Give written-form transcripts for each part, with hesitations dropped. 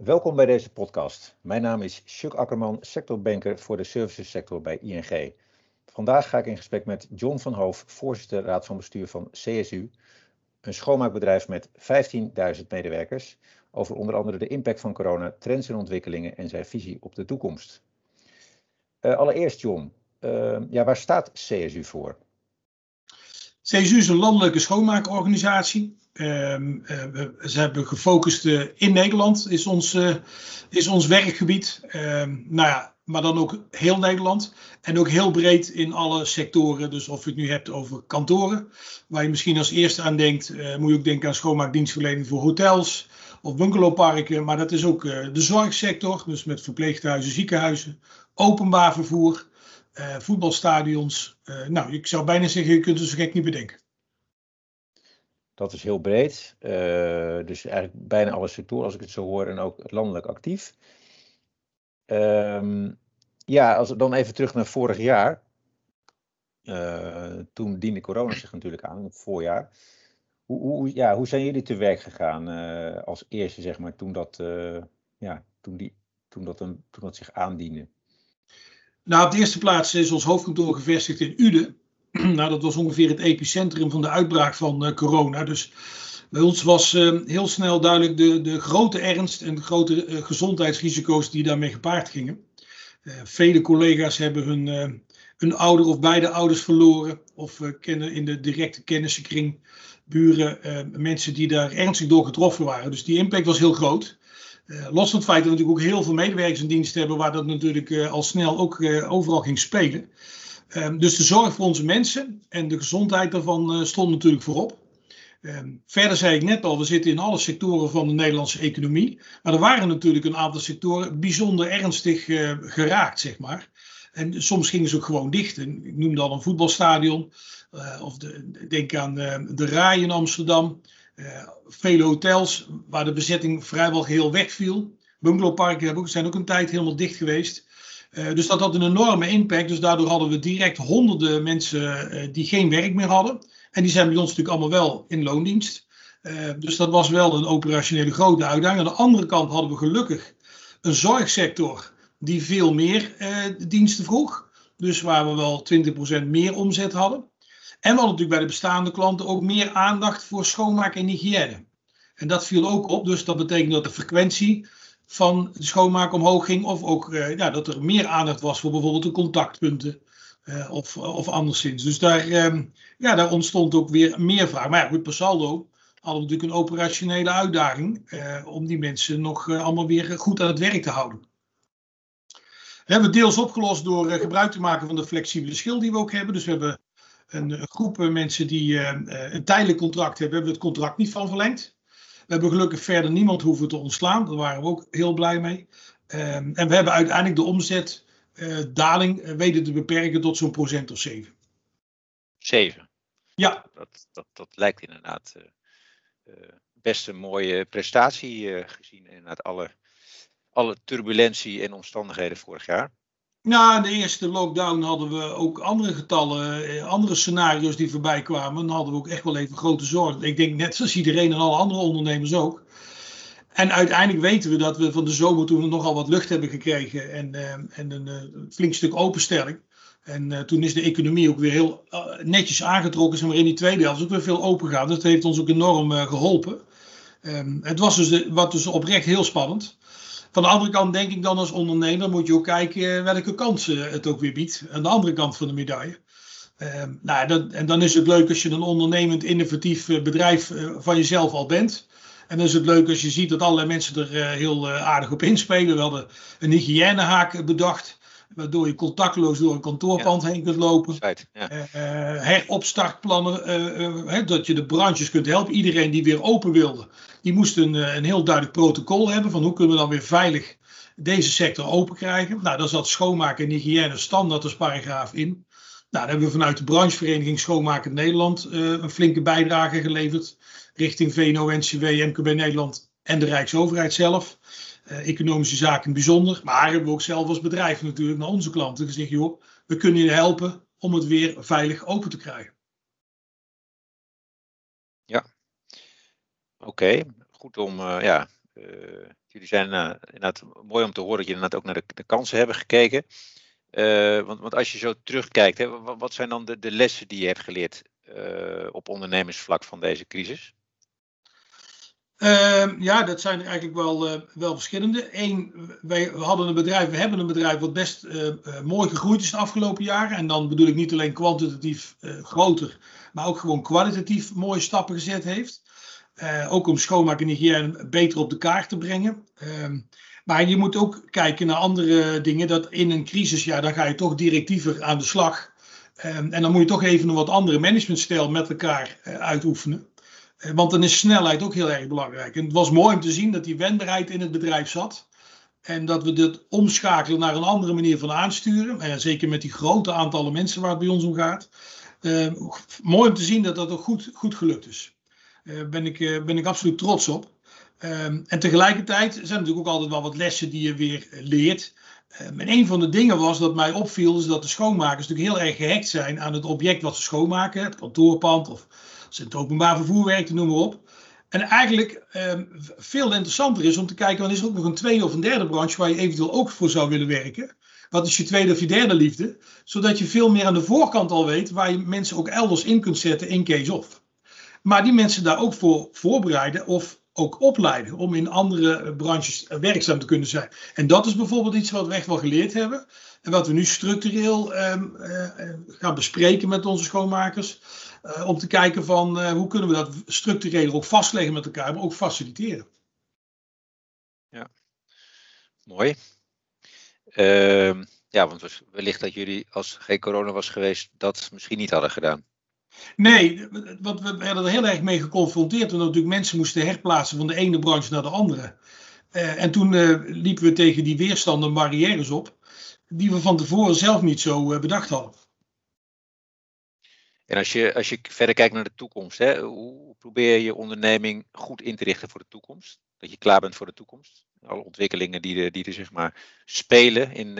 Welkom bij deze podcast. Mijn naam is Chuck Akkerman, sectorbanker voor de servicessector bij ING. Vandaag ga ik in gesprek met John van Hoof, voorzitter Raad van Bestuur van CSU, een schoonmaakbedrijf met 15.000 medewerkers, over onder andere de impact van corona, trends en ontwikkelingen en zijn visie op de toekomst. Allereerst John, waar staat CSU voor? CSU is een landelijke schoonmaakorganisatie. Ze hebben gefocust in Nederland, is ons werkgebied. Maar dan ook heel Nederland. En ook heel breed in alle sectoren. Dus of je het nu hebt over kantoren, waar je misschien als eerste aan denkt, moet je ook denken aan schoonmaakdienstverlening voor hotels of bungalowparken. Maar dat is ook de zorgsector, dus met verpleeghuizen, ziekenhuizen, openbaar vervoer. Voetbalstadions. Ik zou bijna zeggen, je kunt het zo gek niet bedenken. Dat is heel breed. Dus eigenlijk bijna alle sectoren, als ik het zo hoor, en ook landelijk actief. Als we dan even terug naar vorig jaar. Toen diende corona zich natuurlijk aan, in het voorjaar. Hoe zijn jullie te werk gegaan als eerste, zeg maar, toen dat zich aandiende? Nou, op de eerste plaats is ons hoofdkantoor gevestigd in Uden. Dat was ongeveer het epicentrum van de uitbraak van corona. Dus bij ons was heel snel duidelijk de grote ernst en de grote gezondheidsrisico's die daarmee gepaard gingen. Vele collega's hebben hun ouder of beide ouders verloren. Of kennen in de directe kennissenkring buren mensen die daar ernstig door getroffen waren. Dus die impact was heel groot. Los van het feit dat we natuurlijk ook heel veel medewerkers in dienst hebben, waar dat natuurlijk al snel ook overal ging spelen. Dus de zorg voor onze mensen en de gezondheid daarvan stond natuurlijk voorop. Verder zei ik net al, we zitten in alle sectoren van de Nederlandse economie. Maar er waren natuurlijk een aantal sectoren bijzonder ernstig geraakt, zeg maar. En soms gingen ze ook gewoon dicht. En ik noemde al een voetbalstadion. Denk aan de Rai in Amsterdam. Vele hotels waar de bezetting vrijwel geheel wegviel. Bungalowparken zijn ook een tijd helemaal dicht geweest. Dus dat had een enorme impact. Dus daardoor hadden we direct honderden mensen die geen werk meer hadden. En die zijn bij ons natuurlijk allemaal wel in loondienst. Dus dat was wel een operationele grote uitdaging. Aan de andere kant hadden we gelukkig een zorgsector die veel meer diensten vroeg. Dus waar we wel 20% meer omzet hadden. En we hadden natuurlijk bij de bestaande klanten ook meer aandacht voor schoonmaak en hygiëne. En dat viel ook op. Dus dat betekent dat de frequentie van de schoonmaak omhoog ging. Of ook dat er meer aandacht was voor bijvoorbeeld de contactpunten. Of anderszins. Dus daar ontstond ook weer meer vraag. Maar ja, goed, per saldo hadden we natuurlijk een operationele uitdaging. Om die mensen nog allemaal weer goed aan het werk te houden. Dat hebben we deels opgelost door gebruik te maken van de flexibele schil die we ook hebben. Dus we hebben een groep mensen die een tijdelijk contract hebben we het contract niet van verlengd. We hebben gelukkig verder niemand hoeven te ontslaan. Daar waren we ook heel blij mee. En we hebben uiteindelijk de omzetdaling weten te beperken tot zo'n procent of 7. 7? Ja. Dat lijkt inderdaad best een mooie prestatie gezien inderdaad alle turbulentie en omstandigheden vorig jaar. Na de eerste lockdown hadden we ook andere getallen, andere scenario's die voorbij kwamen. Dan hadden we ook echt wel even grote zorgen. Ik denk net zoals iedereen en alle andere ondernemers ook. En uiteindelijk weten we dat we van de zomer toen we nogal wat lucht hebben gekregen en een flink stuk openstelling. En toen is de economie ook weer heel netjes aangetrokken. Zeg maar in die tweede helft is ook weer veel open gegaan. Dat heeft ons ook enorm geholpen. Het was dus oprecht heel spannend. Van de andere kant denk ik dan als ondernemer moet je ook kijken welke kansen het ook weer biedt. Aan de andere kant van de medaille. En dan is het leuk als je een ondernemend innovatief bedrijf van jezelf al bent. En dan is het leuk als je ziet dat allerlei mensen er heel aardig op inspelen. We hadden een hygiënehaak bedacht. Waardoor je contactloos door een kantoorpand heen kunt lopen. Heropstartplannen. Dat je de branches kunt helpen. Iedereen die weer open wilde. Die moest een heel duidelijk protocol hebben. Van hoe kunnen we dan weer veilig deze sector open krijgen. Nou, daar zat schoonmaken en hygiëne standaard als paragraaf in. Nou, daar hebben we vanuit de branchevereniging Schoonmakend Nederland een flinke bijdrage geleverd. Richting VNO-NCW, MKB Nederland en de Rijksoverheid zelf. Economische zaken bijzonder. Maar hebben we ook zelf als bedrijf natuurlijk naar onze klanten gezegd. Joh, we kunnen je helpen om het weer veilig open te krijgen. Ja. Oké. Goed om jullie zijn inderdaad mooi om te horen dat jullie inderdaad ook naar de kansen hebben gekeken. Want als je zo terugkijkt, hè, wat zijn dan de lessen die je hebt geleerd op ondernemersvlak van deze crisis? Ja, dat zijn er eigenlijk wel verschillende. Eén, we hebben een bedrijf wat best mooi gegroeid is de afgelopen jaren. En dan bedoel ik niet alleen kwantitatief groter, maar ook gewoon kwalitatief mooie stappen gezet heeft. Ook om schoonmaak en hygiëne beter op de kaart te brengen. Maar je moet ook kijken naar andere dingen. Dat in een crisis, ja, dan ga je toch directiever aan de slag. En dan moet je toch even een wat andere managementstijl met elkaar uitoefenen. Want dan is snelheid ook heel erg belangrijk. En het was mooi om te zien dat die wendbaarheid in het bedrijf zat. En dat we dit omschakelen naar een andere manier van aansturen. En zeker met die grote aantallen mensen waar het bij ons om gaat. Mooi om te zien dat dat ook goed gelukt is. Ben ik absoluut trots op. En tegelijkertijd zijn er natuurlijk ook altijd wel wat lessen die je weer leert. En een van de dingen was dat mij opviel, is dat de schoonmakers natuurlijk heel erg gehecht zijn aan het object wat ze schoonmaken. Het kantoorpand of als het openbaar vervoer werkt, noem maar op. En eigenlijk veel interessanter is om te kijken, want is er ook nog een tweede of een derde branche waar je eventueel ook voor zou willen werken. Wat is je tweede of je derde liefde? Zodat je veel meer aan de voorkant al weet waar je mensen ook elders in kunt zetten in case of. Maar die mensen daar ook voor voorbereiden of ook opleiden om in andere branches werkzaam te kunnen zijn. En dat is bijvoorbeeld iets wat we echt wel geleerd hebben. En wat we nu structureel gaan bespreken met onze schoonmakers. Om te kijken van hoe kunnen we dat structureel ook vastleggen met elkaar, maar ook faciliteren. Ja, mooi. Ja, want wellicht dat jullie, als er geen corona was geweest, dat misschien niet hadden gedaan. Nee, want we werden er heel erg mee geconfronteerd. Omdat natuurlijk mensen moesten herplaatsen van de ene branche naar de andere. En toen liepen we tegen die weerstanden en barrières op. Die we van tevoren zelf niet zo bedacht hadden. En als je verder kijkt naar de toekomst, hè, hoe probeer je je onderneming goed in te richten voor de toekomst? Dat je klaar bent voor de toekomst? Alle ontwikkelingen die er zeg maar spelen in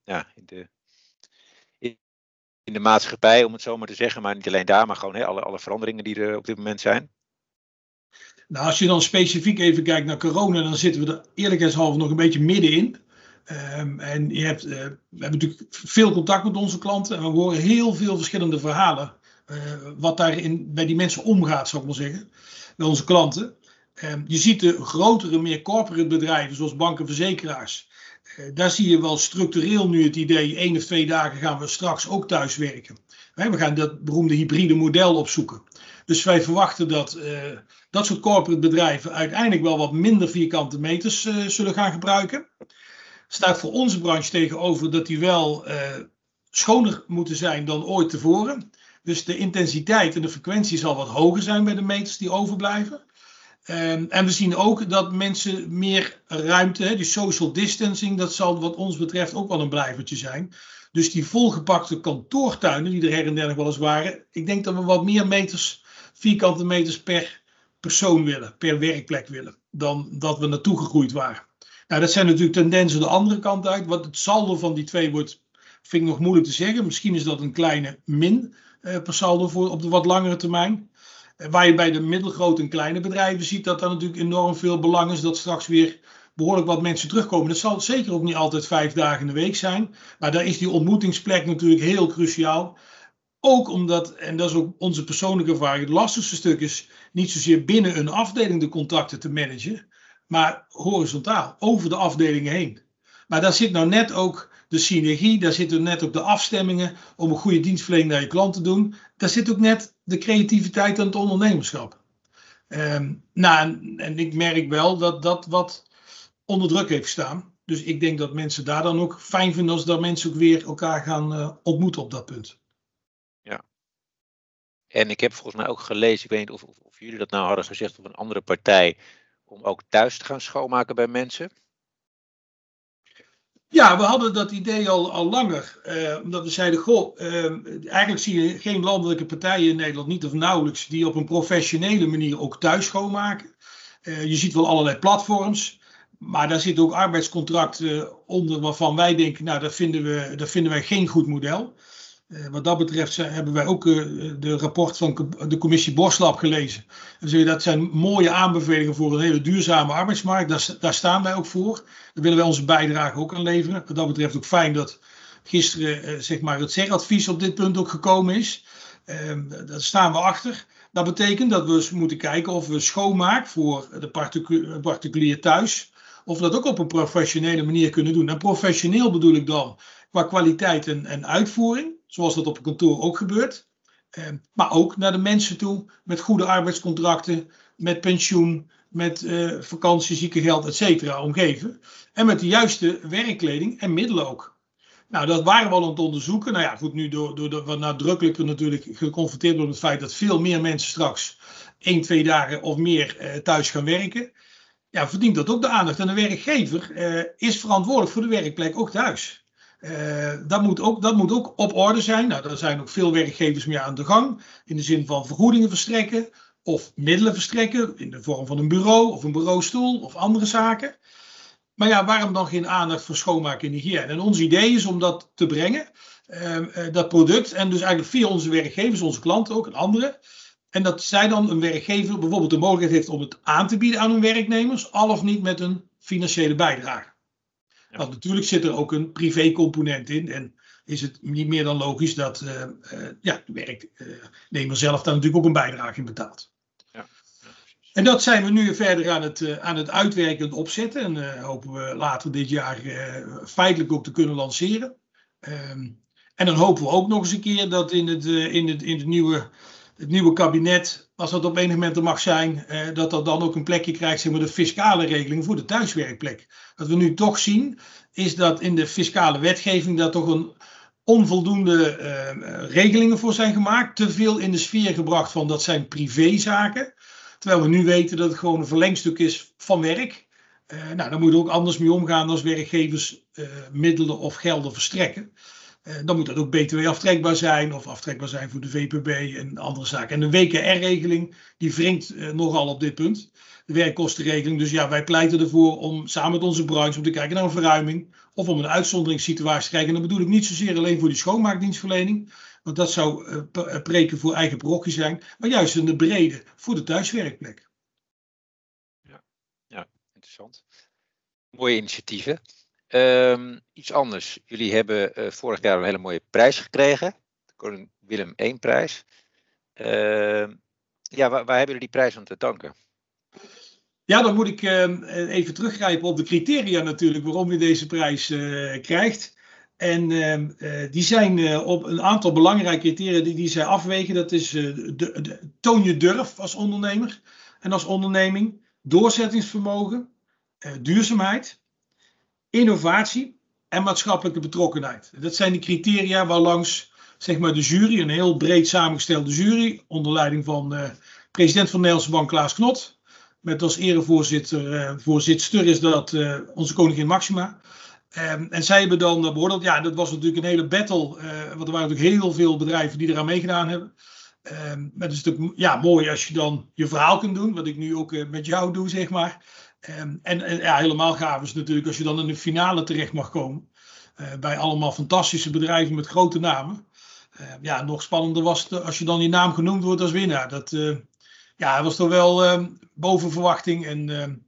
de maatschappij, om het zo maar te zeggen. Maar niet alleen daar, maar gewoon alle veranderingen die er op dit moment zijn. Nou, als je dan specifiek even kijkt naar corona, dan zitten we er eerlijkheidshalve nog een beetje middenin. En we hebben natuurlijk veel contact met onze klanten en we horen heel veel verschillende verhalen. Wat daarin bij die mensen omgaat, zou ik maar zeggen. Bij onze klanten. Je ziet de grotere, meer corporate bedrijven, zoals banken, verzekeraars. Daar zie je wel structureel nu het idee, 1 of 2 dagen gaan we straks ook thuis werken. We gaan dat beroemde hybride model opzoeken. Dus wij verwachten dat soort corporate bedrijven uiteindelijk wel wat minder vierkante meters zullen gaan gebruiken. Staat voor onze branche tegenover dat die wel schoner moeten zijn dan ooit tevoren. Dus de intensiteit en de frequentie zal wat hoger zijn bij de meters die overblijven. En we zien ook dat mensen meer ruimte, die social distancing, dat zal wat ons betreft ook wel een blijvertje zijn. Dus die volgepakte kantoortuinen die er her en der nog wel eens waren, ik denk dat we wat meer vierkante meters per persoon willen, per werkplek willen, dan dat we naartoe gegroeid waren. Nou, dat zijn natuurlijk tendensen de andere kant uit. Wat het saldo van die twee wordt, vind ik nog moeilijk te zeggen. Misschien is dat een kleine min per saldo voor op de wat langere termijn. Waar je bij de middelgrote en kleine bedrijven ziet dat er natuurlijk enorm veel belang is dat straks weer behoorlijk wat mensen terugkomen. Dat zal zeker ook niet altijd 5 dagen in de week zijn. Maar daar is die ontmoetingsplek natuurlijk heel cruciaal. Ook omdat, en dat is ook onze persoonlijke ervaring, het lastigste stuk is niet zozeer binnen een afdeling de contacten te managen, maar horizontaal, over de afdelingen heen. Maar daar zit nou net ook de synergie, daar zitten net ook de afstemmingen om een goede dienstverlening naar je klant te doen. Daar zit ook net de creativiteit en het ondernemerschap. En ik merk wel dat dat wat onder druk heeft gestaan. Dus ik denk dat mensen daar dan ook fijn vinden als dat mensen ook weer elkaar gaan ontmoeten op dat punt. Ja. En ik heb volgens mij ook gelezen, ik weet niet of jullie dat nou hadden gezegd op een andere partij, om ook thuis te gaan schoonmaken bij mensen. Ja, we hadden dat idee al langer. Omdat we zeiden, eigenlijk zie je geen landelijke partijen in Nederland, niet of nauwelijks, die op een professionele manier ook thuis schoonmaken. Je ziet wel allerlei platforms, maar daar zitten ook arbeidscontracten onder waarvan wij denken, nou, dat vinden wij geen goed model. Wat dat betreft hebben wij ook de rapport van de commissie Borslab gelezen. En dat zijn mooie aanbevelingen voor een hele duurzame arbeidsmarkt. Daar staan wij ook voor. Daar willen wij onze bijdrage ook aan leveren. Wat dat betreft ook fijn dat gisteren zeg maar het CER-advies op dit punt ook gekomen is. Daar staan we achter. Dat betekent dat we moeten kijken of we schoonmaak voor de particulier thuis, of we dat ook op een professionele manier kunnen doen. En professioneel bedoel ik dan qua kwaliteit en uitvoering, zoals dat op een kantoor ook gebeurt. Maar ook naar de mensen toe, met goede arbeidscontracten, met pensioen, met vakantie, ziekengeld, et cetera, omgeven. En met de juiste werkkleding en middelen ook. Nou, dat waren we al aan het onderzoeken. Nou ja, goed, nu door wat nadrukkelijker natuurlijk geconfronteerd door het feit dat veel meer mensen straks 1-2 dagen of meer thuis gaan werken. Ja, verdient dat ook de aandacht. En de werkgever is verantwoordelijk voor de werkplek ook thuis. Dat moet ook op orde zijn. Nou, daar zijn ook veel werkgevers mee aan de gang. In de zin van vergoedingen verstrekken of middelen verstrekken in de vorm van een bureau of een bureaustoel of andere zaken. Maar ja, waarom dan geen aandacht voor schoonmaak en hygiëne? En ons idee is om dat te brengen, dat product. En dus eigenlijk via onze werkgevers, onze klanten ook en anderen. En dat zij dan een werkgever bijvoorbeeld de mogelijkheid heeft om het aan te bieden aan hun werknemers, al of niet met een financiële bijdrage. Ja. Want natuurlijk zit er ook een privécomponent in. En is het niet meer dan logisch dat de werknemer zelf daar natuurlijk ook een bijdrage in betaalt. Ja. En dat zijn we nu verder aan het uitwerken en opzetten. En hopen we later dit jaar feitelijk ook te kunnen lanceren. En dan hopen we ook nog eens een keer dat in het nieuwe kabinet, als dat op enig moment er mag zijn, dat dan ook een plekje krijgt, zeg maar, de fiscale regeling voor de thuiswerkplek. Wat we nu toch zien, is dat in de fiscale wetgeving daar toch een onvoldoende regelingen voor zijn gemaakt. Te veel in de sfeer gebracht van dat zijn privézaken. Terwijl we nu weten dat het gewoon een verlengstuk is van werk. Nou, daar moet je ook anders mee omgaan als werkgevers middelen of gelden verstrekken. Dan moet dat ook btw aftrekbaar zijn of aftrekbaar zijn voor de VPB en andere zaken. En de WKR-regeling die wringt nogal op dit punt. De werkkostenregeling. Dus ja, wij pleiten ervoor om samen met onze branche om te kijken naar een verruiming of om een uitzonderingssituatie te krijgen. En dat bedoel ik niet zozeer alleen voor die schoonmaakdienstverlening. Want dat zou preken voor eigen parochie zijn. Maar juist in de brede voor de thuiswerkplek. Ja, interessant. Mooie initiatieven. Iets anders. Jullie hebben vorig jaar een hele mooie prijs gekregen. De Koning Willem I-prijs. Waar hebben jullie die prijs aan te danken? Ja, dan moet ik even teruggrijpen op de criteria natuurlijk waarom je deze prijs krijgt. En die zijn op een aantal belangrijke criteria die zij afwegen. Dat is toon je durf als ondernemer en als onderneming. Doorzettingsvermogen, duurzaamheid, innovatie en maatschappelijke betrokkenheid. Dat zijn de criteria waarlangs zeg maar, de jury, een heel breed samengestelde jury, onder leiding van president van de Nederlandse Bank Klaas Knot. Met als voorzitter is dat onze koningin Maxima. En zij hebben dan beoordeeld, ja, dat was natuurlijk een hele battle. Want er waren natuurlijk heel veel bedrijven die eraan meegedaan hebben. Maar het is natuurlijk mooi als je dan je verhaal kunt doen, wat ik nu ook met jou doe, zeg maar. Helemaal gaaf is natuurlijk als je dan in de finale terecht mag komen. Bij allemaal fantastische bedrijven met grote namen. Nog spannender was het als je dan je naam genoemd wordt als winnaar. Dat was toch wel boven verwachting. En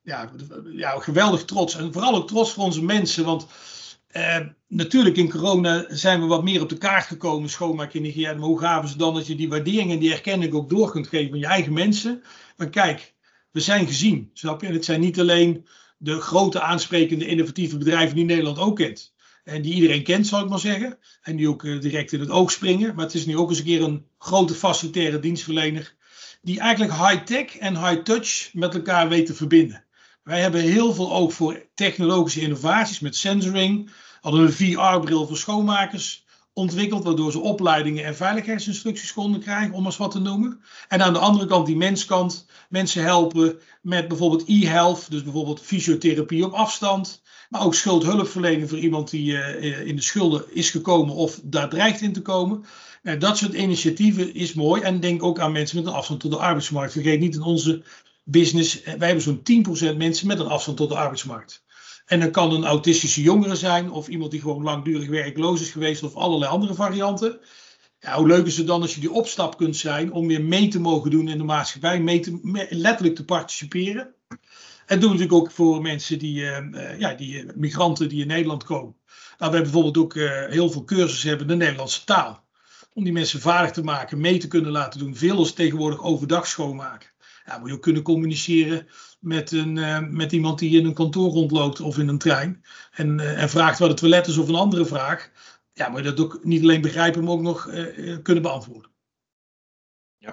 geweldig trots. En vooral ook trots voor onze mensen. Want natuurlijk in corona zijn we wat meer op de kaart gekomen. Schoonmaak en hygiëne. Maar hoe gaaf is het dan dat je die waardering en die erkenning ook door kunt geven aan je eigen mensen. Maar kijk, we zijn gezien. Snap je? En het zijn niet alleen de grote aansprekende innovatieve bedrijven die Nederland ook kent. En die iedereen kent, zal ik maar zeggen. En die ook direct in het oog springen. Maar het is nu ook eens een keer een grote facilitaire dienstverlener. Die eigenlijk high-tech en high-touch met elkaar weet te verbinden. Wij hebben heel veel oog voor technologische innovaties met sensoring. Hadden een VR-bril voor schoonmakers ontwikkeld. Waardoor ze opleidingen en veiligheidsinstructies konden krijgen, om eens wat te noemen. En aan de andere kant die menskant. Mensen helpen met bijvoorbeeld e-health. Dus bijvoorbeeld fysiotherapie op afstand. Maar ook schuldhulpverlening voor iemand die in de schulden is gekomen of daar dreigt in te komen. Dat soort initiatieven is mooi. En denk ook aan mensen met een afstand tot de arbeidsmarkt. Vergeet niet in onze business, wij hebben zo'n 10% mensen met een afstand tot de arbeidsmarkt. En dan kan een autistische jongere zijn of iemand die gewoon langdurig werkloos is geweest of allerlei andere varianten. Ja, hoe leuk is het dan als je die opstap kunt zijn om weer mee te mogen doen in de maatschappij, letterlijk te participeren. En doen we natuurlijk ook voor mensen die migranten die in Nederland komen. Nou, we hebben bijvoorbeeld ook heel veel cursussen hebben de Nederlandse taal. Om die mensen vaardig te maken, mee te kunnen laten doen. Veel is tegenwoordig overdag schoonmaken. Ja, moet je ook kunnen communiceren met iemand die in een kantoor rondloopt of in een trein. En vraagt waar het toilet is of een andere vraag. Ja, moet je dat ook niet alleen begrijpen, maar ook nog kunnen beantwoorden. Ja.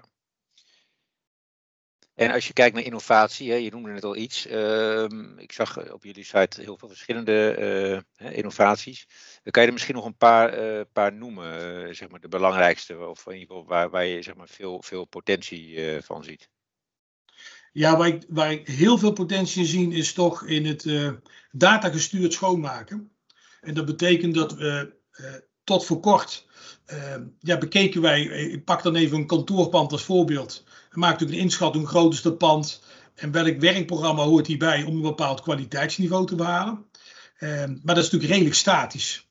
En als je kijkt naar innovatie, je noemde net al iets. Ik zag op jullie site heel veel verschillende innovaties. Dan kan je er misschien nog een paar noemen, zeg maar de belangrijkste, of in ieder geval waar je zeg maar veel potentie van ziet. Ja, waar ik heel veel potentie in zie is toch in het datagestuurd schoonmaken. En dat betekent dat we tot voor kort bekeken wij, ik pak dan even een kantoorpand als voorbeeld. We maken natuurlijk een inschatting, hoe groot is dat pand en welk werkprogramma hoort hierbij om een bepaald kwaliteitsniveau te behalen. Maar dat is natuurlijk redelijk statisch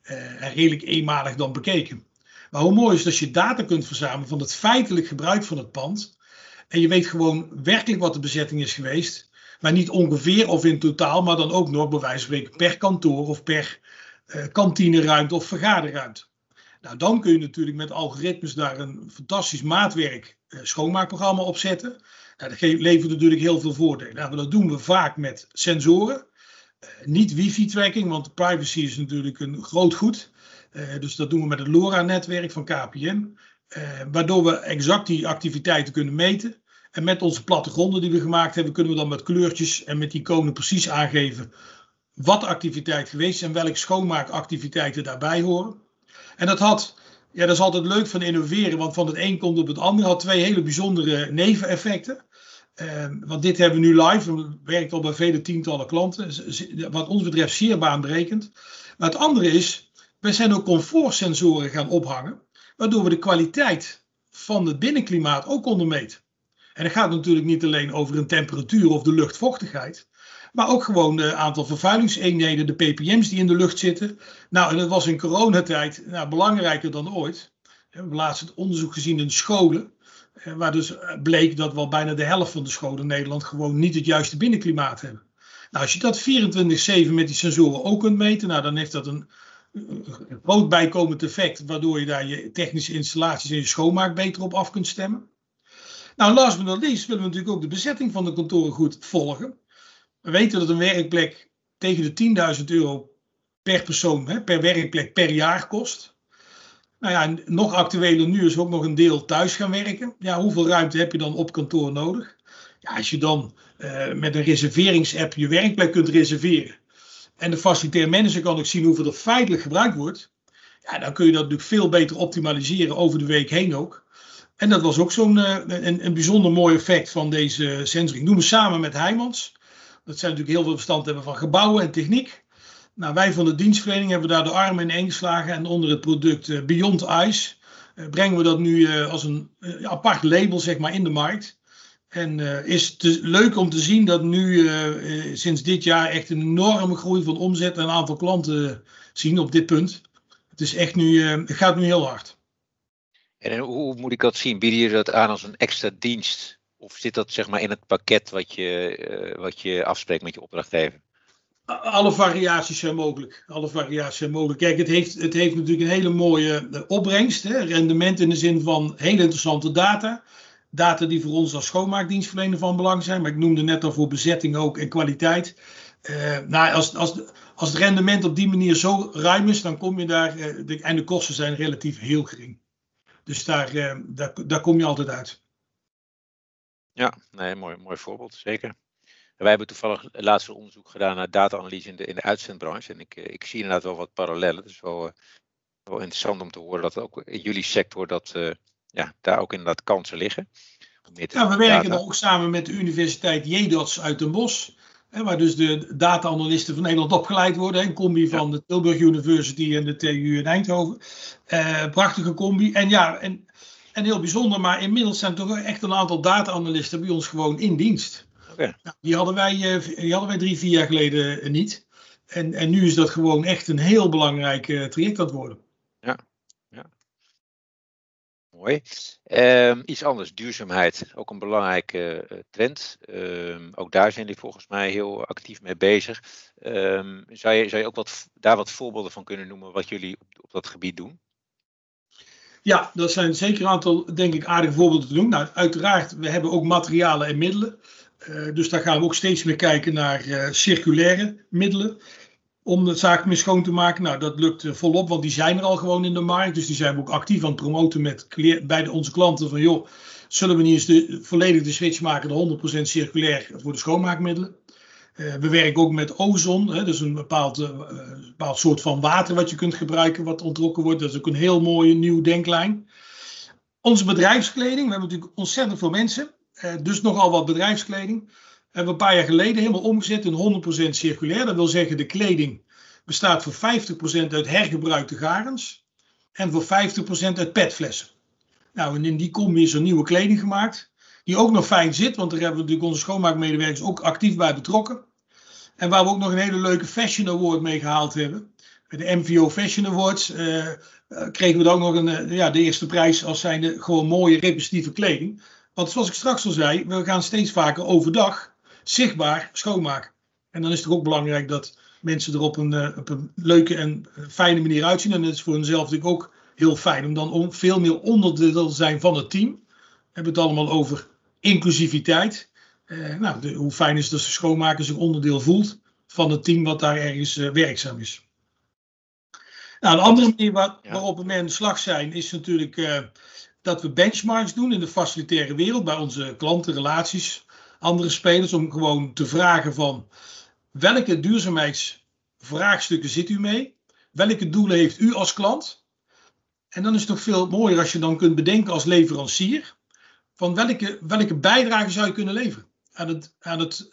en redelijk eenmalig dan bekeken. Maar hoe mooi is het als je data kunt verzamelen van het feitelijk gebruik van het pand. En je weet gewoon werkelijk wat de bezetting is geweest. Maar niet ongeveer of in totaal, maar dan ook nog bij wijze van spreken per kantoor of per kantineruimte of vergaderruimte. Nou, dan kun je natuurlijk met algoritmes daar een fantastisch maatwerk schoonmaakprogramma op zetten. Nou, dat levert natuurlijk heel veel voordelen. Nou, dat doen we vaak met sensoren. Niet wifi-tracking, want privacy is natuurlijk een groot goed. Dus dat doen we met het LoRa-netwerk van KPN. Waardoor we exact die activiteiten kunnen meten. En met onze plattegronden die we gemaakt hebben, kunnen we dan met kleurtjes en met iconen precies aangeven wat de activiteit geweest is en welke schoonmaakactiviteiten daarbij horen. En dat is altijd leuk van innoveren, want van het een komt op het ander. Had twee hele bijzondere neveneffecten. Want dit hebben we nu live, we werken al bij vele tientallen klanten. Wat ons betreft zeer baanbrekend. Maar het andere is, wij zijn ook comfortsensoren gaan ophangen. Waardoor we de kwaliteit van het binnenklimaat ook konden meten. En dat gaat natuurlijk niet alleen over een temperatuur of de luchtvochtigheid. Maar ook gewoon het aantal vervuilingseenheden, de ppm's die in de lucht zitten. Nou, en dat was in coronatijd belangrijker dan ooit. We hebben laatst het onderzoek gezien in de scholen. Waar dus bleek dat wel bijna de helft van de scholen in Nederland gewoon niet het juiste binnenklimaat hebben. Nou, als je dat 24/7 met die sensoren ook kunt meten, nou, dan heeft dat een groot bijkomend effect. Waardoor je daar je technische installaties en je schoonmaak beter op af kunt stemmen. Nou, last but not least willen we natuurlijk ook de bezetting van de kantoren goed volgen. We weten dat een werkplek tegen de €10.000 per persoon, per werkplek per jaar kost. Nou ja, en nog actueler nu is ook nog een deel thuis gaan werken. Ja, hoeveel ruimte heb je dan op kantoor nodig? Ja, als je dan met een reserveringsapp je werkplek kunt reserveren. En de facilitair manager kan ook zien hoeveel er feitelijk gebruikt wordt. Ja, dan kun je dat natuurlijk veel beter optimaliseren over de week heen ook. En dat was ook zo'n een bijzonder mooi effect van deze sensoring. Doen we samen met Heijmans. Dat zijn natuurlijk heel veel verstand hebben van gebouwen en techniek. Nou, wij van de dienstverlening hebben daar de armen in geslagen. En onder het product Beyond Ice brengen we dat nu als een apart label zeg maar, in de markt. En is het leuk om te zien dat nu sinds dit jaar echt een enorme groei van omzet en een aantal klanten zien op dit punt. Het is echt nu, het gaat nu heel hard. En hoe moet ik dat zien? Bieden jullie dat aan als een extra dienst? Of zit dat zeg maar in het pakket wat je afspreekt met je opdrachtgever? Alle variaties zijn mogelijk. Kijk, het heeft natuurlijk een hele mooie opbrengst. Rendement in de zin van hele interessante data. Data die voor ons als schoonmaakdienstverlener van belang zijn. Maar ik noemde net al voor bezetting ook en kwaliteit. Als het rendement op die manier zo ruim is, dan kom je daar. En de kosten zijn relatief heel gering. Dus daar kom je altijd uit. Ja, nee, mooi voorbeeld, zeker. Wij hebben toevallig laatst een onderzoek gedaan naar data-analyse in de uitzendbranche. En ik zie inderdaad wel wat parallellen. Het is wel interessant om te horen dat ook in jullie sector daar ook inderdaad kansen liggen. We werken dan ook samen met de Universiteit JDOTS uit Den Bosch. Waar dus de data-analysten van Nederland opgeleid worden. Een combi van de Tilburg University en de TU in Eindhoven. Prachtige combi. En heel bijzonder, maar inmiddels zijn toch echt een aantal data-analysten bij ons gewoon in dienst. Okay. Nou, die hadden wij 3-4 jaar geleden niet. En nu is dat gewoon echt een heel belangrijk traject aan het worden. Ja. Mooi. Iets anders, duurzaamheid. Ook een belangrijke trend. Ook daar zijn jullie volgens mij heel actief mee bezig. Zou je ook daar wat voorbeelden van kunnen noemen wat jullie op dat gebied doen? Ja, dat zijn zeker een aantal, denk ik, aardige voorbeelden te doen. Nou, uiteraard, we hebben ook materialen en middelen. Dus daar gaan we ook steeds meer kijken naar circulaire middelen. Om de zaak meer schoon te maken. Nou, dat lukt volop, want die zijn er al gewoon in de markt. Dus die zijn we ook actief aan het promoten bij onze klanten. Van joh, zullen we niet eens volledig de switch maken naar 100% circulair voor de schoonmaakmiddelen. We werken ook met ozon. Dus een bepaald soort van water wat je kunt gebruiken, wat onttrokken wordt. Dat is ook een heel mooie nieuwe denklijn. Onze bedrijfskleding. We hebben natuurlijk ontzettend veel mensen. Dus nogal wat bedrijfskleding. Hebben we een paar jaar geleden helemaal omgezet in 100% circulair. Dat wil zeggen, de kleding bestaat voor 50% uit hergebruikte garens en voor 50% uit petflessen. Nou, en in die combi is er nieuwe kleding gemaakt, die ook nog fijn zit, want daar hebben we natuurlijk onze schoonmaakmedewerkers ook actief bij betrokken. En waar we ook nog een hele leuke Fashion Award mee gehaald hebben. Bij de MVO Fashion Awards kregen we dan ook nog de eerste prijs als zijnde gewoon mooie representatieve kleding. Want zoals ik straks al zei, we gaan steeds vaker overdag zichtbaar schoonmaken. En dan is het ook belangrijk dat mensen er op een leuke en fijne manier uitzien. En dat is voor hunzelf natuurlijk ook heel fijn om dan veel meer onderdeel te zijn van het team. We hebben het allemaal over inclusiviteit. Hoe fijn is het als de schoonmaker zich onderdeel voelt van het team wat daar ergens werkzaam is. Nou, een andere manier waarop we mee aan de slag zijn is natuurlijk dat we benchmarks doen in de facilitaire wereld bij onze klanten, relaties, andere spelers, om gewoon te vragen van welke duurzaamheidsvraagstukken zit u mee? Welke doelen heeft u als klant? En dan is het toch veel mooier als je dan kunt bedenken als leverancier van welke bijdrage zou je kunnen leveren aan het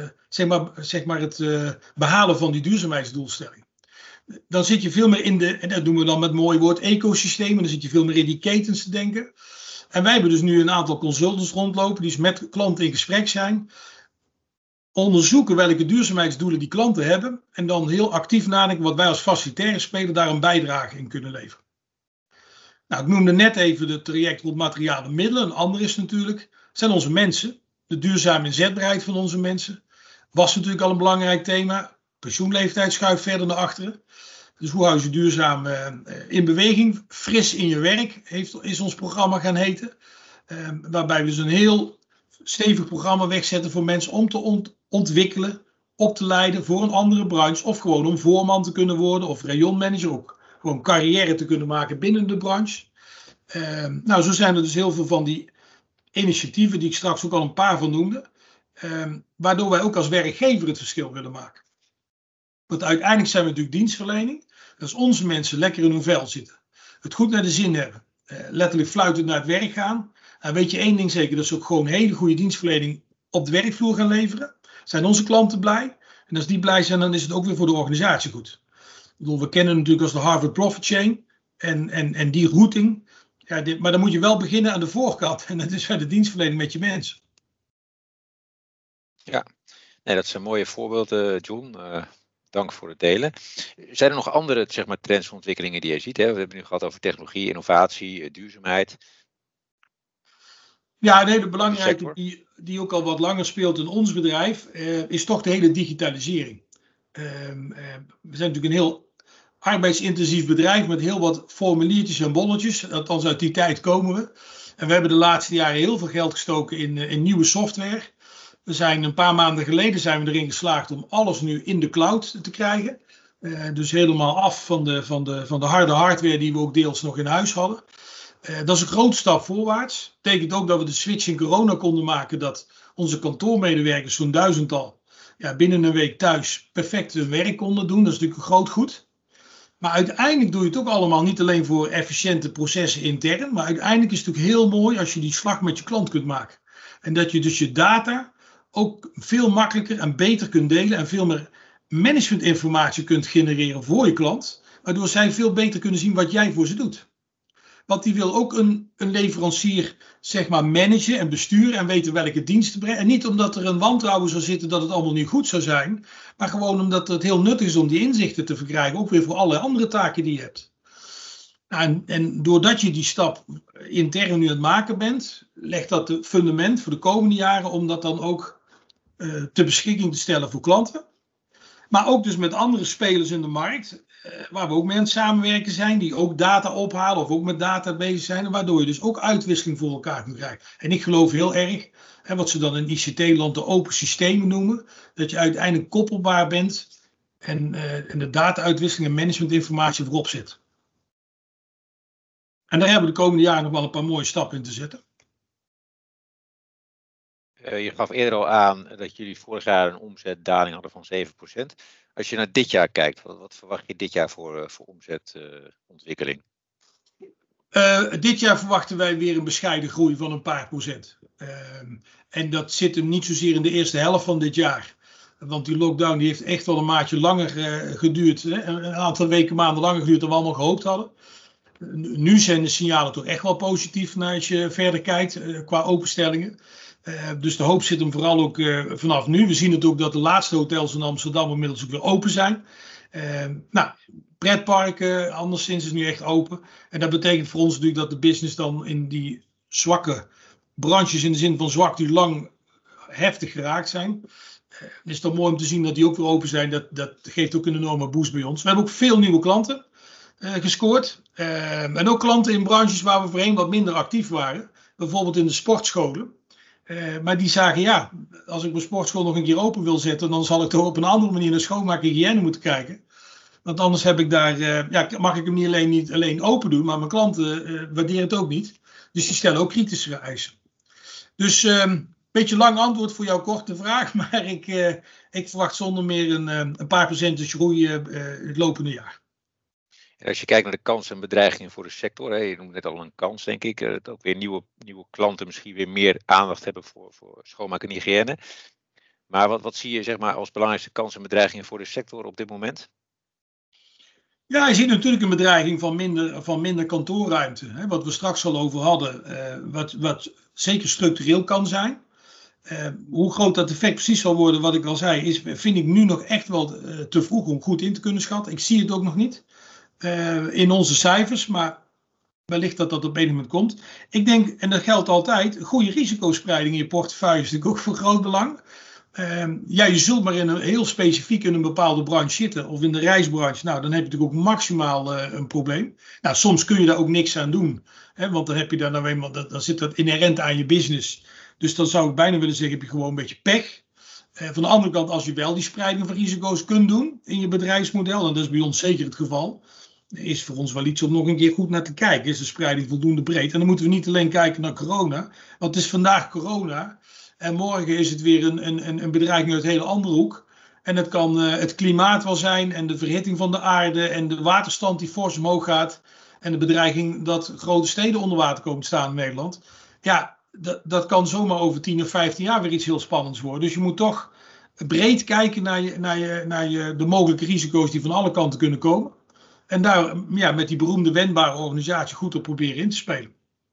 behalen van die duurzaamheidsdoelstelling. Dan zit je veel meer en dat doen we dan met het mooie woord ecosystemen, dan zit je veel meer in die ketens te denken. En wij hebben dus nu een aantal consultants rondlopen die met klanten in gesprek zijn. Onderzoeken welke duurzaamheidsdoelen die klanten hebben. En dan heel actief nadenken wat wij als facilitaire speler daar een bijdrage in kunnen leveren. Nou, ik noemde net even het traject rond materialen en middelen. Een ander is natuurlijk, zijn onze mensen. De duurzame inzetbaarheid van onze mensen. Was natuurlijk al een belangrijk thema. Pensioenleeftijd schuift verder naar achteren. Dus hoe hou je duurzaam in beweging? Fris in je werk is ons programma gaan heten. Waarbij we dus een heel stevig programma wegzetten voor mensen om te ontwikkelen, op te leiden voor een andere branche. Of gewoon om voorman te kunnen worden of rayonmanager. Ook gewoon carrière te kunnen maken binnen de branche. Zo zijn er dus heel veel van die initiatieven die ik straks ook al een paar van noemde. Waardoor wij ook als werkgever het verschil willen maken. Want uiteindelijk zijn we natuurlijk dienstverlening. Als onze mensen lekker in hun vel zitten. Het goed naar de zin hebben. Letterlijk fluitend naar het werk gaan. En weet je één ding zeker. Dat ze ook gewoon hele goede dienstverlening op de werkvloer gaan leveren. Zijn onze klanten blij. En als die blij zijn, dan is het ook weer voor de organisatie goed. We kennen natuurlijk als de Harvard Profit Chain. En die routing. Ja, maar dan moet je wel beginnen aan de voorkant. En dat is bij de dienstverlening met je mensen. Ja, nee, dat zijn mooie voorbeelden, John. Dank voor het delen. Zijn er nog andere trends en ontwikkelingen die je ziet? Hè? We hebben nu gehad over technologie, innovatie, duurzaamheid. Ja, een hele belangrijke die ook al wat langer speelt in ons bedrijf is toch de hele digitalisering. We zijn natuurlijk een heel arbeidsintensief bedrijf met heel wat formuliertjes en bolletjes. Althans uit die tijd komen we. En we hebben de laatste jaren heel veel geld gestoken in nieuwe software. We zijn een paar maanden geleden erin geslaagd om alles nu in de cloud te krijgen. Dus helemaal af van de harde hardware die we ook deels nog in huis hadden. Dat is een grote stap voorwaarts. Dat betekent ook dat we de switch in corona konden maken. Dat onze kantoormedewerkers, zo'n 1000-tal, binnen een week thuis perfect hun werk konden doen. Dat is natuurlijk een groot goed. Maar uiteindelijk doe je het ook allemaal niet alleen voor efficiënte processen intern. Maar uiteindelijk is het natuurlijk heel mooi als je die slag met je klant kunt maken. En dat je dus je data ook veel makkelijker en beter kunt delen. En veel meer managementinformatie kunt genereren voor je klant. Waardoor zij veel beter kunnen zien wat jij voor ze doet. Want die wil ook een leverancier zeg maar managen en besturen en weten welke diensten brengen. En niet omdat er een wantrouwen zou zitten dat het allemaal niet goed zou zijn. Maar gewoon omdat het heel nuttig is om die inzichten te verkrijgen. Ook weer voor alle andere taken die je hebt. En doordat je die stap intern nu aan het maken bent, legt dat het fundament voor de komende jaren om dat dan ook ter beschikking te stellen voor klanten. Maar ook dus met andere spelers in de markt, waar we ook mee aan het samenwerken zijn, die ook data ophalen of ook met data bezig zijn. Waardoor je dus ook uitwisseling voor elkaar kunt krijgen. En ik geloof heel erg, wat ze dan in ICT-land de open systemen noemen, dat je uiteindelijk koppelbaar bent en de data-uitwisseling en managementinformatie voorop zit. En daar hebben we de komende jaren nog wel een paar mooie stappen in te zetten. Je gaf eerder al aan dat jullie vorig jaar een omzetdaling hadden van 7%. Als je naar dit jaar kijkt, wat verwacht je dit jaar voor omzetontwikkeling? Dit jaar verwachten wij weer een bescheiden groei van een paar procent. En dat zit hem niet zozeer in de eerste helft van dit jaar. Want die lockdown die heeft echt wel een maandje langer geduurd. Een aantal weken, maanden langer geduurd dan we allemaal gehoopt hadden. Nu zijn de signalen toch echt wel positief als je verder kijkt qua openstellingen. Dus de hoop zit hem vooral ook vanaf nu. We zien het ook dat de laatste hotels in Amsterdam inmiddels ook weer open zijn. Pretparken, anderszins is nu echt open. En dat betekent voor ons natuurlijk dat de business dan in die zwakke branches, in de zin van zwak, die lang heftig geraakt zijn. Het is dan mooi om te zien dat die ook weer open zijn. Dat geeft ook een enorme boost bij ons. We hebben ook veel nieuwe klanten gescoord. En ook klanten in branches waar we voorheen wat minder actief waren. Bijvoorbeeld in de sportscholen. Maar die zagen, als ik mijn sportschool nog een keer open wil zetten, dan zal ik toch op een andere manier naar schoonmaak en hygiëne moeten kijken. Want anders heb ik mag ik hem niet alleen open doen, maar mijn klanten waarderen het ook niet. Dus die stellen ook kritische eisen. Dus een beetje lang antwoord voor jouw korte vraag, maar ik verwacht zonder meer een paar procentjes groei het lopende jaar. En als je kijkt naar de kansen en bedreigingen voor de sector, je noemde net al een kans, denk ik, dat ook weer nieuwe klanten misschien weer meer aandacht hebben voor schoonmaak en hygiëne. Maar wat zie je zeg maar als belangrijkste kansen en bedreigingen voor de sector op dit moment? Ja, je ziet natuurlijk een bedreiging van minder kantoorruimte. Wat we straks al over hadden, wat zeker structureel kan zijn. Hoe groot dat effect precies zal worden, wat ik al zei, vind ik nu nog echt wel te vroeg om goed in te kunnen schatten. Ik zie het ook nog niet in onze cijfers, maar wellicht dat op een gegeven moment komt. Ik denk, en dat geldt altijd, goede risicospreiding in je portefeuille is natuurlijk ook van groot belang. Je zult maar heel specifiek in een bepaalde branche zitten, of in de reisbranche. Nou, dan heb je natuurlijk ook maximaal een probleem. Nou, soms kun je daar ook niks aan doen, want dan heb je daar nou eenmaal, dan zit dat inherent aan je business. Dus dan zou ik bijna willen zeggen, heb je gewoon een beetje pech. Van de andere kant, als je wel die spreiding van risico's kunt doen in je bedrijfsmodel, en dat is bij ons zeker het geval, is voor ons wel iets om nog een keer goed naar te kijken. Is de spreiding voldoende breed? En dan moeten we niet alleen kijken naar corona, want het is vandaag corona en morgen is het weer een bedreiging uit een hele andere hoek. En het kan het klimaat wel zijn en de verhitting van de aarde en de waterstand die fors omhoog gaat en de bedreiging dat grote steden onder water komen te staan in Nederland. Ja, dat kan zomaar over 10 of 15 jaar weer iets heel spannends worden. Dus je moet toch breed kijken naar de mogelijke risico's die van alle kanten kunnen komen. En daar met die beroemde wendbare organisatie goed op proberen in te spelen.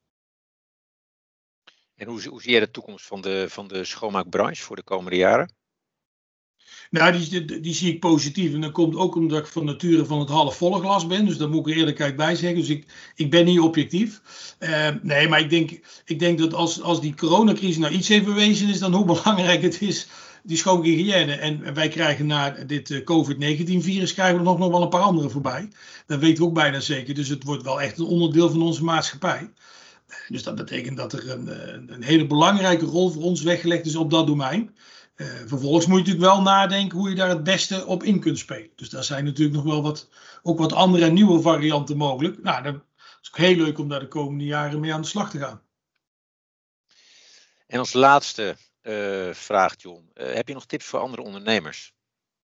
En hoe zie jij de toekomst van de schoonmaakbranche voor de komende jaren? Nou, die zie ik positief. En dat komt ook omdat ik van nature van het halfvolle glas ben. Dus daar moet ik er eerlijkheid bij zeggen. Dus ik ben niet objectief. Nee, maar ik denk dat als die coronacrisis nou iets heeft bewezen is, dan hoe belangrijk het is, die schoonhygiëne. En wij krijgen na dit COVID-19-virus krijgen we nog wel een paar andere voorbij. Dat weten we ook bijna zeker. Dus het wordt wel echt een onderdeel van onze maatschappij. Dus dat betekent dat er een hele belangrijke rol voor ons weggelegd is op dat domein. Vervolgens moet je natuurlijk wel nadenken hoe je daar het beste op in kunt spelen. Dus daar zijn natuurlijk nog wel wat andere en nieuwe varianten mogelijk. Nou, dat is ook heel leuk om daar de komende jaren mee aan de slag te gaan. En als laatste vraag, John. Heb je nog tips voor andere ondernemers?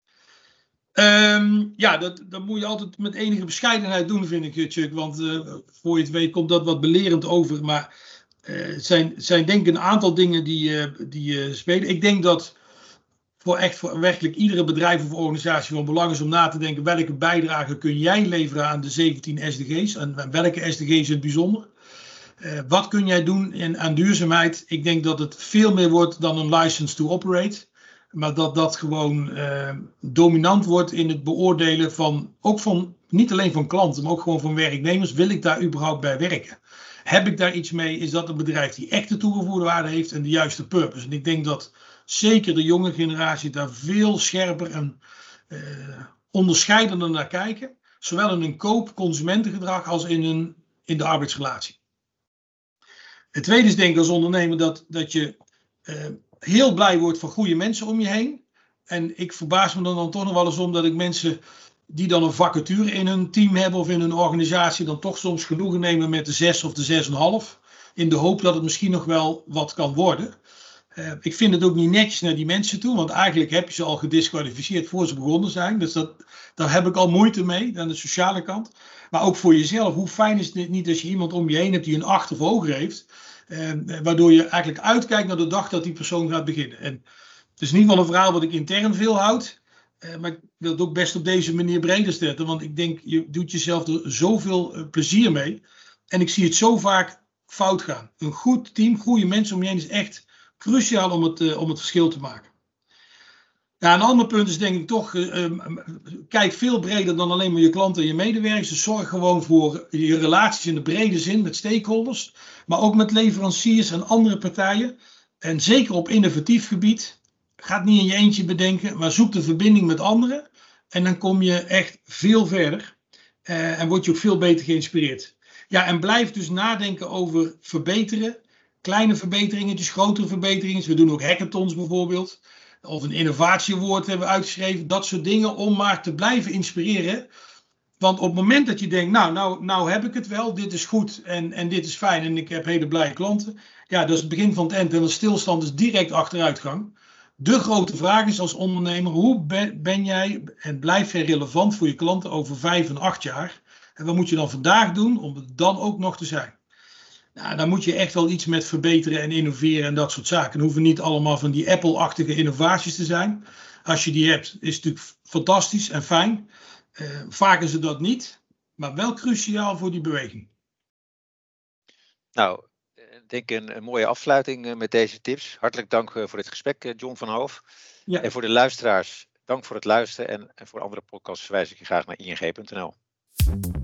Dat moet je altijd met enige bescheidenheid doen, vind ik, Chuck. Want voor je het weet komt dat wat belerend over. Maar het zijn denk ik een aantal dingen die spelen. Ik denk dat voor werkelijk iedere bedrijf of organisatie van belang is om na te denken welke bijdrage kun jij leveren aan de 17 SDG's en welke SDG's in het bijzonder. Wat kun jij doen aan duurzaamheid? Ik denk dat het veel meer wordt dan een license to operate. Maar dat gewoon dominant wordt in het beoordelen van niet alleen van klanten, maar ook gewoon van werknemers. Wil ik daar überhaupt bij werken? Heb ik daar iets mee? Is dat een bedrijf die echt de toegevoegde waarde heeft en de juiste purpose? En ik denk dat zeker de jonge generatie daar veel scherper en onderscheidender naar kijken. Zowel in hun koop-consumentengedrag als in de arbeidsrelatie. Het tweede is denk ik als ondernemer dat je heel blij wordt van goede mensen om je heen. En ik verbaas me dan toch nog wel eens om dat ik mensen die dan een vacature in hun team hebben of in hun organisatie dan toch soms genoegen nemen met de 6 of de 6,5. In de hoop dat het misschien nog wel wat kan worden. Ik vind het ook niet netjes naar die mensen toe, want eigenlijk heb je ze al gedisqualificeerd voor ze begonnen zijn. Dus daar heb ik al moeite mee aan de sociale kant. Maar ook voor jezelf, hoe fijn is het niet als je iemand om je heen hebt die een 8 of hoger heeft. Waardoor je eigenlijk uitkijkt naar de dag dat die persoon gaat beginnen. En het is in ieder geval een verhaal wat ik intern veel houd. Maar ik wil het ook best op deze manier breder zetten. Want ik denk, je doet jezelf er zoveel plezier mee. En ik zie het zo vaak fout gaan. Een goed team, goede mensen om je heen is echt cruciaal om het verschil te maken. Ja, een ander punt is denk ik toch, kijk veel breder dan alleen maar je klanten en je medewerkers. Dus zorg gewoon voor je relaties in de brede zin met stakeholders. Maar ook met leveranciers en andere partijen. En zeker op innovatief gebied. Ga het niet in je eentje bedenken, maar zoek de verbinding met anderen. En dan kom je echt veel verder. En word je ook veel beter geïnspireerd. Ja, en blijf dus nadenken over verbeteren. Kleine verbeteringetjes, grotere verbeteringen. We doen ook hackathons bijvoorbeeld. Of een innovatiewoord hebben we uitgeschreven. Dat soort dingen om maar te blijven inspireren. Want op het moment dat je denkt, nou heb ik het wel. Dit is goed en dit is fijn en ik heb hele blije klanten. Ja, dat is het begin van het eind. En de stilstand is direct achteruitgang. De grote vraag is als ondernemer, hoe ben jij en blijf jij relevant voor je klanten over 5 en 8 jaar? En wat moet je dan vandaag doen om het dan ook nog te zijn? Nou, dan moet je echt wel iets met verbeteren en innoveren en dat soort zaken. Het hoeven niet allemaal van die Apple-achtige innovaties te zijn. Als je die hebt, is het natuurlijk fantastisch en fijn. Vaak is het dat niet, maar wel cruciaal voor die beweging. Nou, ik denk een mooie afsluiting met deze tips. Hartelijk dank voor dit gesprek, John van Hoof. Ja. En voor de luisteraars, dank voor het luisteren. En voor andere podcasts verwijs ik je graag naar ing.nl.